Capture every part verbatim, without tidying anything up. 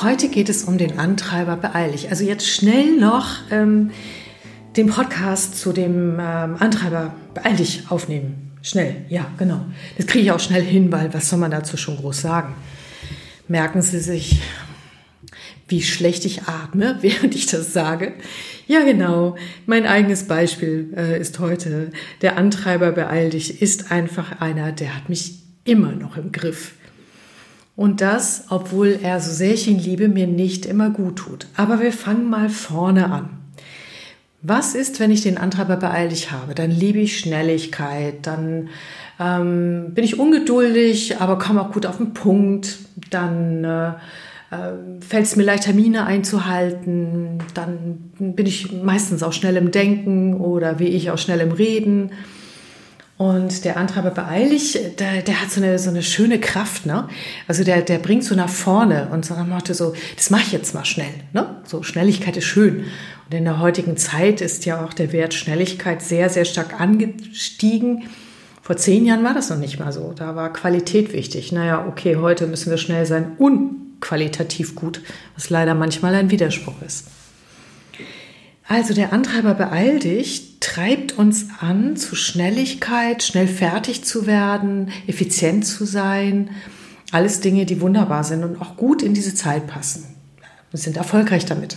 heute geht es um den Antreiber beeil dich. Also jetzt schnell noch ähm, den Podcast zu dem ähm, Antreiber beeil dich aufnehmen. Schnell, ja, genau. Das kriege ich auch schnell hin, weil was soll man dazu schon groß sagen? Merken Sie sich, wie schlecht ich atme, während ich das sage? Ja, genau. Mein eigenes Beispiel äh, ist heute, der Antreiber beeil dich ist einfach einer, der hat mich immer noch im Griff. Und das, obwohl er, so sehr ich ihn liebe, mir nicht immer gut tut. Aber wir fangen mal vorne an. Was ist, wenn ich den Antreiber beeil dich habe? Dann liebe ich Schnelligkeit, dann ähm, bin ich ungeduldig, aber komme auch gut auf den Punkt. Dann äh, äh, fällt es mir leicht, Termine einzuhalten. Dann bin ich meistens auch schnell im Denken oder wie ich auch schnell im Reden. Und der Antreiber beeil dich, der, der hat so eine, so eine schöne Kraft, ne? Also der, der bringt so nach vorne und so macht so, das mache ich jetzt mal schnell, ne? So Schnelligkeit ist schön. Und in der heutigen Zeit ist ja auch der Wert Schnelligkeit sehr, sehr stark angestiegen. Vor zehn Jahren war das noch nicht mal so. Da war Qualität wichtig. Naja, okay, heute müssen wir schnell sein und qualitativ gut, was leider manchmal ein Widerspruch ist. Also der Antreiber beeil dich treibt uns an zu Schnelligkeit, schnell fertig zu werden, effizient zu sein. Alles Dinge, die wunderbar sind und auch gut in diese Zeit passen. Wir sind erfolgreich damit.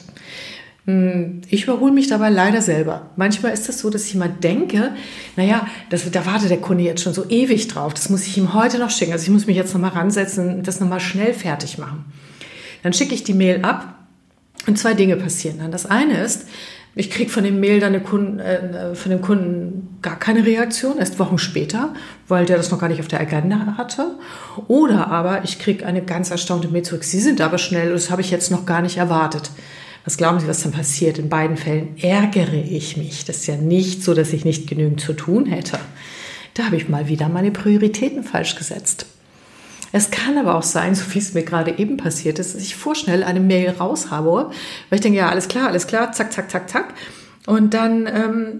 Ich überhole mich dabei leider selber. Manchmal ist es so, dass ich immer denke, naja, das, da wartet der Kunde jetzt schon so ewig drauf. Das muss ich ihm heute noch schicken. Also ich muss mich jetzt nochmal ransetzen und das nochmal schnell fertig machen. Dann schicke ich die Mail ab und zwei Dinge passieren dann. Das eine ist, ich kriege von dem Mail dann eine Kunden, äh, von dem Kunden gar keine Reaktion, erst Wochen später, weil der das noch gar nicht auf der Agenda hatte. Oder aber ich kriege eine ganz erstaunte Mail zurück. Sie sind aber schnell, das habe ich jetzt noch gar nicht erwartet. Was glauben Sie, was dann passiert? In beiden Fällen ärgere ich mich. Das ist ja nicht so, dass ich nicht genügend zu tun hätte. Da habe ich mal wieder meine Prioritäten falsch gesetzt. Es kann aber auch sein, so wie es mir gerade eben passiert ist, dass ich vorschnell eine Mail raus habe, weil ich denke, ja, alles klar, alles klar, zack, zack, zack, zack. Und dann, ähm,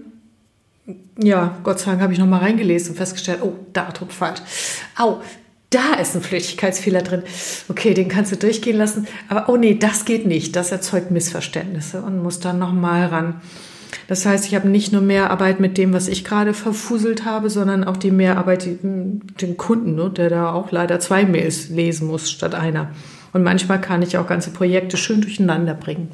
ja, Gott sei Dank habe ich nochmal reingelesen und festgestellt, oh, Datum falsch. Au, da ist ein Flüchtigkeitsfehler drin. Okay, den kannst du durchgehen lassen. Aber oh nee, das geht nicht. Das erzeugt Missverständnisse und muss dann nochmal ran. Das heißt, ich habe nicht nur Mehrarbeit mit dem, was ich gerade verfuselt habe, sondern auch die Mehrarbeit den Kunden, ne, der da auch leider zwei Mails lesen muss statt einer. Und manchmal kann ich auch ganze Projekte schön durcheinander bringen.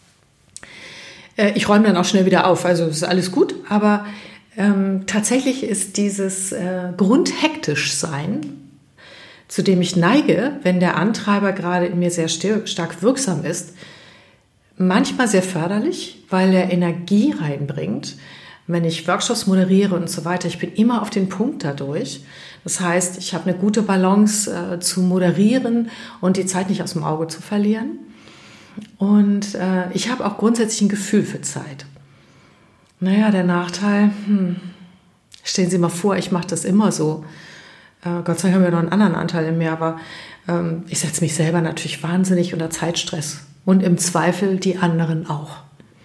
Äh, ich räume dann auch schnell wieder auf, also ist alles gut, aber ähm, tatsächlich ist dieses äh, Grundhektischsein, zu dem ich neige, wenn der Antreiber gerade in mir sehr st- stark wirksam ist, manchmal sehr förderlich, weil er Energie reinbringt. Wenn ich Workshops moderiere und so weiter, ich bin immer auf den Punkt dadurch. Das heißt, ich habe eine gute Balance äh, zu moderieren und die Zeit nicht aus dem Auge zu verlieren. Und äh, ich habe auch grundsätzlich ein Gefühl für Zeit. Naja, der Nachteil, hm, stellen Sie mal vor, ich mache das immer so. Äh, Gott sei Dank haben wir noch einen anderen Anteil in mir, aber ähm, ich setze mich selber natürlich wahnsinnig unter Zeitstress. Und im Zweifel die anderen auch.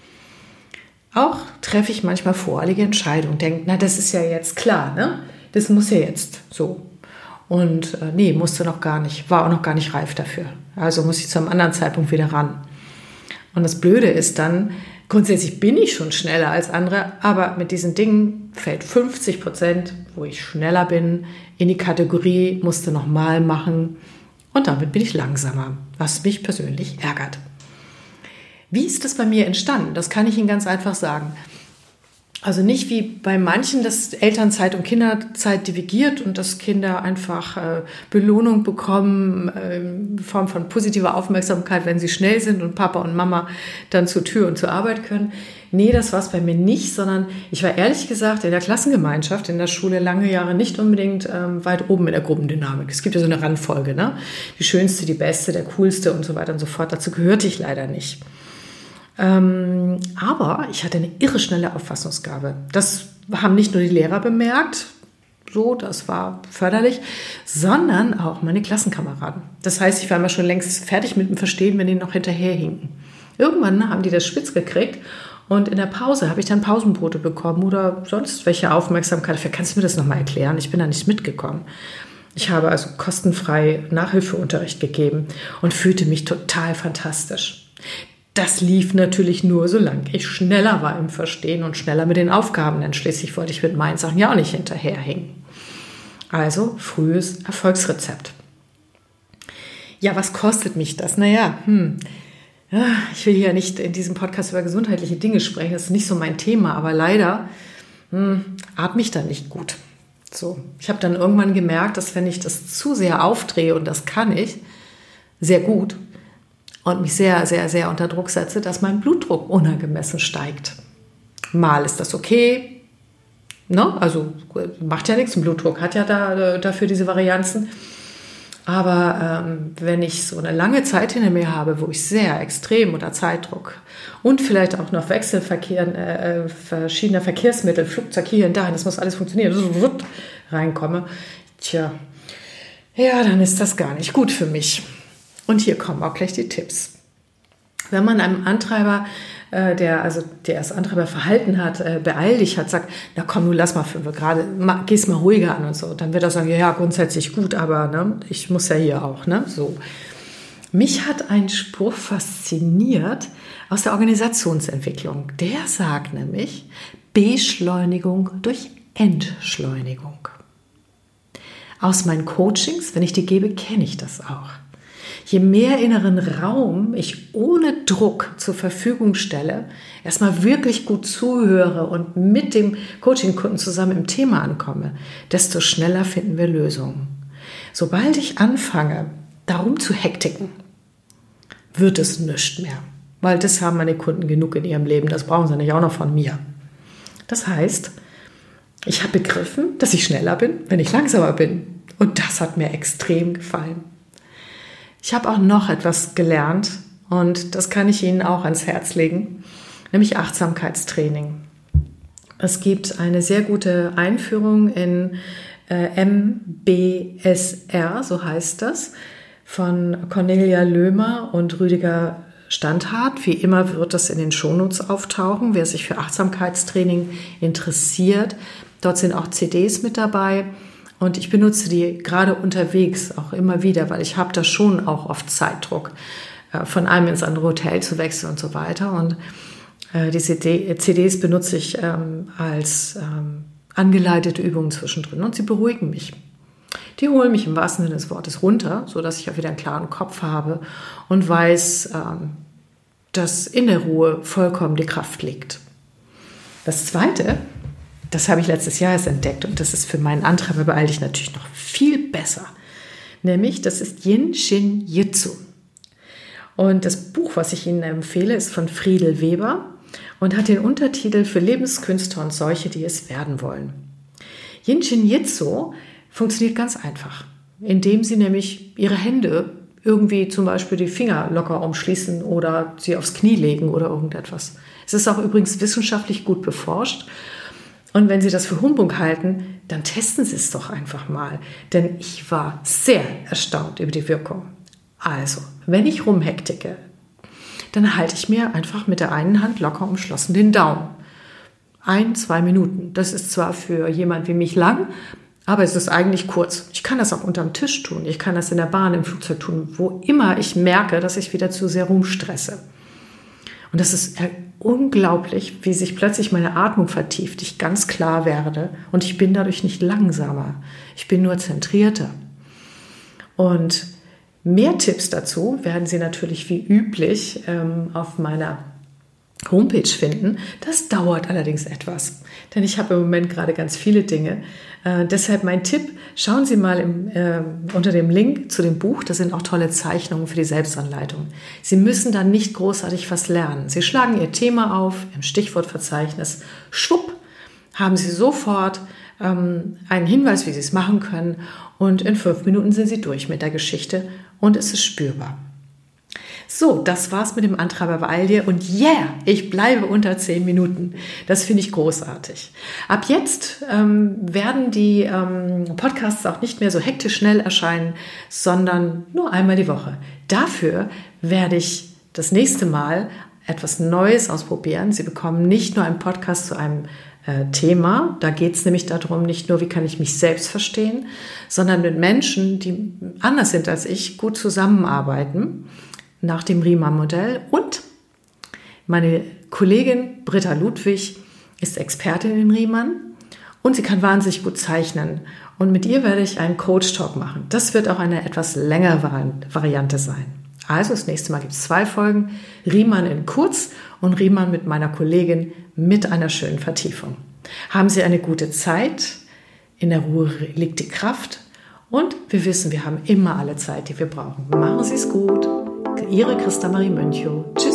Auch treffe ich manchmal voreilige Entscheidungen. Denke, na, das ist ja jetzt klar, ne? Das muss ja jetzt so. Und äh, nee, musste noch gar nicht, war auch noch gar nicht reif dafür. Also muss ich zu einem anderen Zeitpunkt wieder ran. Und das Blöde ist dann, grundsätzlich bin ich schon schneller als andere, aber mit diesen Dingen fällt fünfzig Prozent, wo ich schneller bin, in die Kategorie, musste noch mal machen. Und damit bin ich langsamer, was mich persönlich ärgert. Wie ist das bei mir entstanden? Das kann ich Ihnen ganz einfach sagen. Also nicht wie bei manchen, dass Elternzeit und Kinderzeit divergiert und dass Kinder einfach äh, Belohnung bekommen äh, in Form von positiver Aufmerksamkeit, wenn sie schnell sind und Papa und Mama dann zur Tür und zur Arbeit können. Nee, das war es bei mir nicht, sondern ich war ehrlich gesagt in der Klassengemeinschaft, in der Schule lange Jahre nicht unbedingt ähm, weit oben in der Gruppendynamik. Es gibt ja so eine Randfolge, ne? Die schönste, die beste, der coolste und so weiter und so fort. Dazu gehörte ich leider nicht. Ähm, aber ich hatte eine irre schnelle Auffassungsgabe. Das haben nicht nur die Lehrer bemerkt, so, das war förderlich, sondern auch meine Klassenkameraden. Das heißt, ich war immer schon längst fertig mit dem Verstehen, wenn die noch hinterherhinken. Irgendwann haben die das spitz gekriegt und in der Pause habe ich dann Pausenbrote bekommen oder sonst welche Aufmerksamkeit. Dafür kannst du mir das nochmal erklären? Ich bin da nicht mitgekommen. Ich habe also kostenfrei Nachhilfeunterricht gegeben und fühlte mich total fantastisch. Das lief natürlich nur, solange ich schneller war im Verstehen und schneller mit den Aufgaben, denn schließlich wollte ich mit meinen Sachen ja auch nicht hinterherhängen. Also frühes Erfolgsrezept. Ja, was kostet mich das? Naja, hm, ja, ich will hier nicht in diesem Podcast über gesundheitliche Dinge sprechen, das ist nicht so mein Thema, aber leider hm, atme ich da nicht gut. So, ich habe dann irgendwann gemerkt, dass wenn ich das zu sehr aufdrehe, und das kann ich sehr gut, und mich sehr, sehr, sehr unter Druck setze, dass mein Blutdruck unangemessen steigt. Mal ist das okay, ne? Also macht ja nichts, ein Blutdruck hat ja da, dafür diese Varianzen. Aber ähm, wenn ich so eine lange Zeit hinter mir habe, wo ich sehr extrem unter Zeitdruck und vielleicht auch noch Wechselverkehr, äh, verschiedener Verkehrsmittel, Flugzeug hierhin, dahin, das muss alles funktionieren, reinkomme, tja, ja, dann ist das gar nicht gut für mich. Und hier kommen auch gleich die Tipps. Wenn man einem Antreiber, äh, der also der das Antreiberverhalten hat, äh, beeil dich hat, sagt, na komm, du lass mal fünf, gerade geh's mal ruhiger an und so, dann wird er sagen, ja, ja, grundsätzlich gut, aber ne, ich muss ja hier auch, ne, so. Mich hat ein Spruch fasziniert aus der Organisationsentwicklung. Der sagt nämlich, Beschleunigung durch Entschleunigung. Aus meinen Coachings, wenn ich die gebe, kenne ich das auch. Je mehr inneren Raum ich ohne Druck zur Verfügung stelle, erstmal wirklich gut zuhöre und mit dem Coaching-Kunden zusammen im Thema ankomme, desto schneller finden wir Lösungen. Sobald ich anfange, darum zu hektiken, wird es nichts mehr. Weil das haben meine Kunden genug in ihrem Leben, das brauchen sie nicht auch noch von mir. Das heißt, ich habe begriffen, dass ich schneller bin, wenn ich langsamer bin. Und das hat mir extrem gefallen. Ich habe auch noch etwas gelernt und das kann ich Ihnen auch ans Herz legen, nämlich Achtsamkeitstraining. Es gibt eine sehr gute Einführung in äh, M B S R, so heißt das, von Cornelia Lömer und Rüdiger Standhardt. Wie immer wird das in den Shownotes auftauchen, wer sich für Achtsamkeitstraining interessiert. Dort sind auch C Ds mit dabei. Und ich benutze die gerade unterwegs auch immer wieder, weil ich habe da schon auch oft Zeitdruck, von einem ins andere Hotel zu wechseln und so weiter. Und die C Ds benutze ich als angeleitete Übungen zwischendrin und sie beruhigen mich. Die holen mich im wahrsten Sinne des Wortes runter, sodass ich auch wieder einen klaren Kopf habe und weiß, dass in der Ruhe vollkommen die Kraft liegt. Das Zweite, das habe ich letztes Jahr erst entdeckt und das ist für meinen Antreiber beeil dich natürlich noch viel besser. Nämlich, das ist Yin Shin Jitsu. Und das Buch, was ich Ihnen empfehle, ist von Friedel Weber und hat den Untertitel für Lebenskünstler und solche, die es werden wollen. Yin Shin Jitsu funktioniert ganz einfach, indem Sie nämlich Ihre Hände irgendwie zum Beispiel die Finger locker umschließen oder sie aufs Knie legen oder irgendetwas. Es ist auch übrigens wissenschaftlich gut beforscht. Und wenn Sie das für Humbug halten, dann testen Sie es doch einfach mal. Denn ich war sehr erstaunt über die Wirkung. Also, wenn ich rumhektike, dann halte ich mir einfach mit der einen Hand locker umschlossen den Daumen. Ein, zwei Minuten. Das ist zwar für jemand wie mich lang, aber es ist eigentlich kurz. Ich kann das auch unterm Tisch tun. Ich kann das in der Bahn, im Flugzeug tun, wo immer ich merke, dass ich wieder zu sehr rumstresse. Und das ist unglaublich, wie sich plötzlich meine Atmung vertieft, ich ganz klar werde und ich bin dadurch nicht langsamer, ich bin nur zentrierter. Und mehr Tipps dazu werden Sie natürlich wie üblich ähm, auf meiner Homepage finden. Das dauert allerdings etwas, denn ich habe im Moment gerade ganz viele Dinge. Äh, deshalb mein Tipp, schauen Sie mal im, äh, unter dem Link zu dem Buch, da sind auch tolle Zeichnungen für die Selbstanleitung. Sie müssen dann nicht großartig was lernen. Sie schlagen Ihr Thema auf im Stichwortverzeichnis, schwupp, haben Sie sofort ähm, einen Hinweis, wie Sie es machen können und in fünf Minuten sind Sie durch mit der Geschichte und es ist spürbar. So, das war's mit dem Antreiber beeil dir und yeah, ich bleibe unter zehn Minuten. Das finde ich großartig. Ab jetzt ähm, werden die ähm, Podcasts auch nicht mehr so hektisch schnell erscheinen, sondern nur einmal die Woche. Dafür werde ich das nächste Mal etwas Neues ausprobieren. Sie bekommen nicht nur einen Podcast zu einem äh, Thema. Da geht es nämlich darum, nicht nur, wie kann ich mich selbst verstehen, sondern mit Menschen, die anders sind als ich, gut zusammenarbeiten nach dem Riemann-Modell. Und meine Kollegin Britta Ludwig ist Expertin in Riemann und sie kann wahnsinnig gut zeichnen. Und mit ihr werde ich einen Coach-Talk machen. Das wird auch eine etwas längere Variante sein. Also das nächste Mal gibt es zwei Folgen, Riemann in kurz und Riemann mit meiner Kollegin mit einer schönen Vertiefung. Haben Sie eine gute Zeit, in der Ruhe liegt die Kraft und wir wissen, wir haben immer alle Zeit, die wir brauchen. Machen Sie es gut. Ihre Christa Marie Mönchow. Tschüss.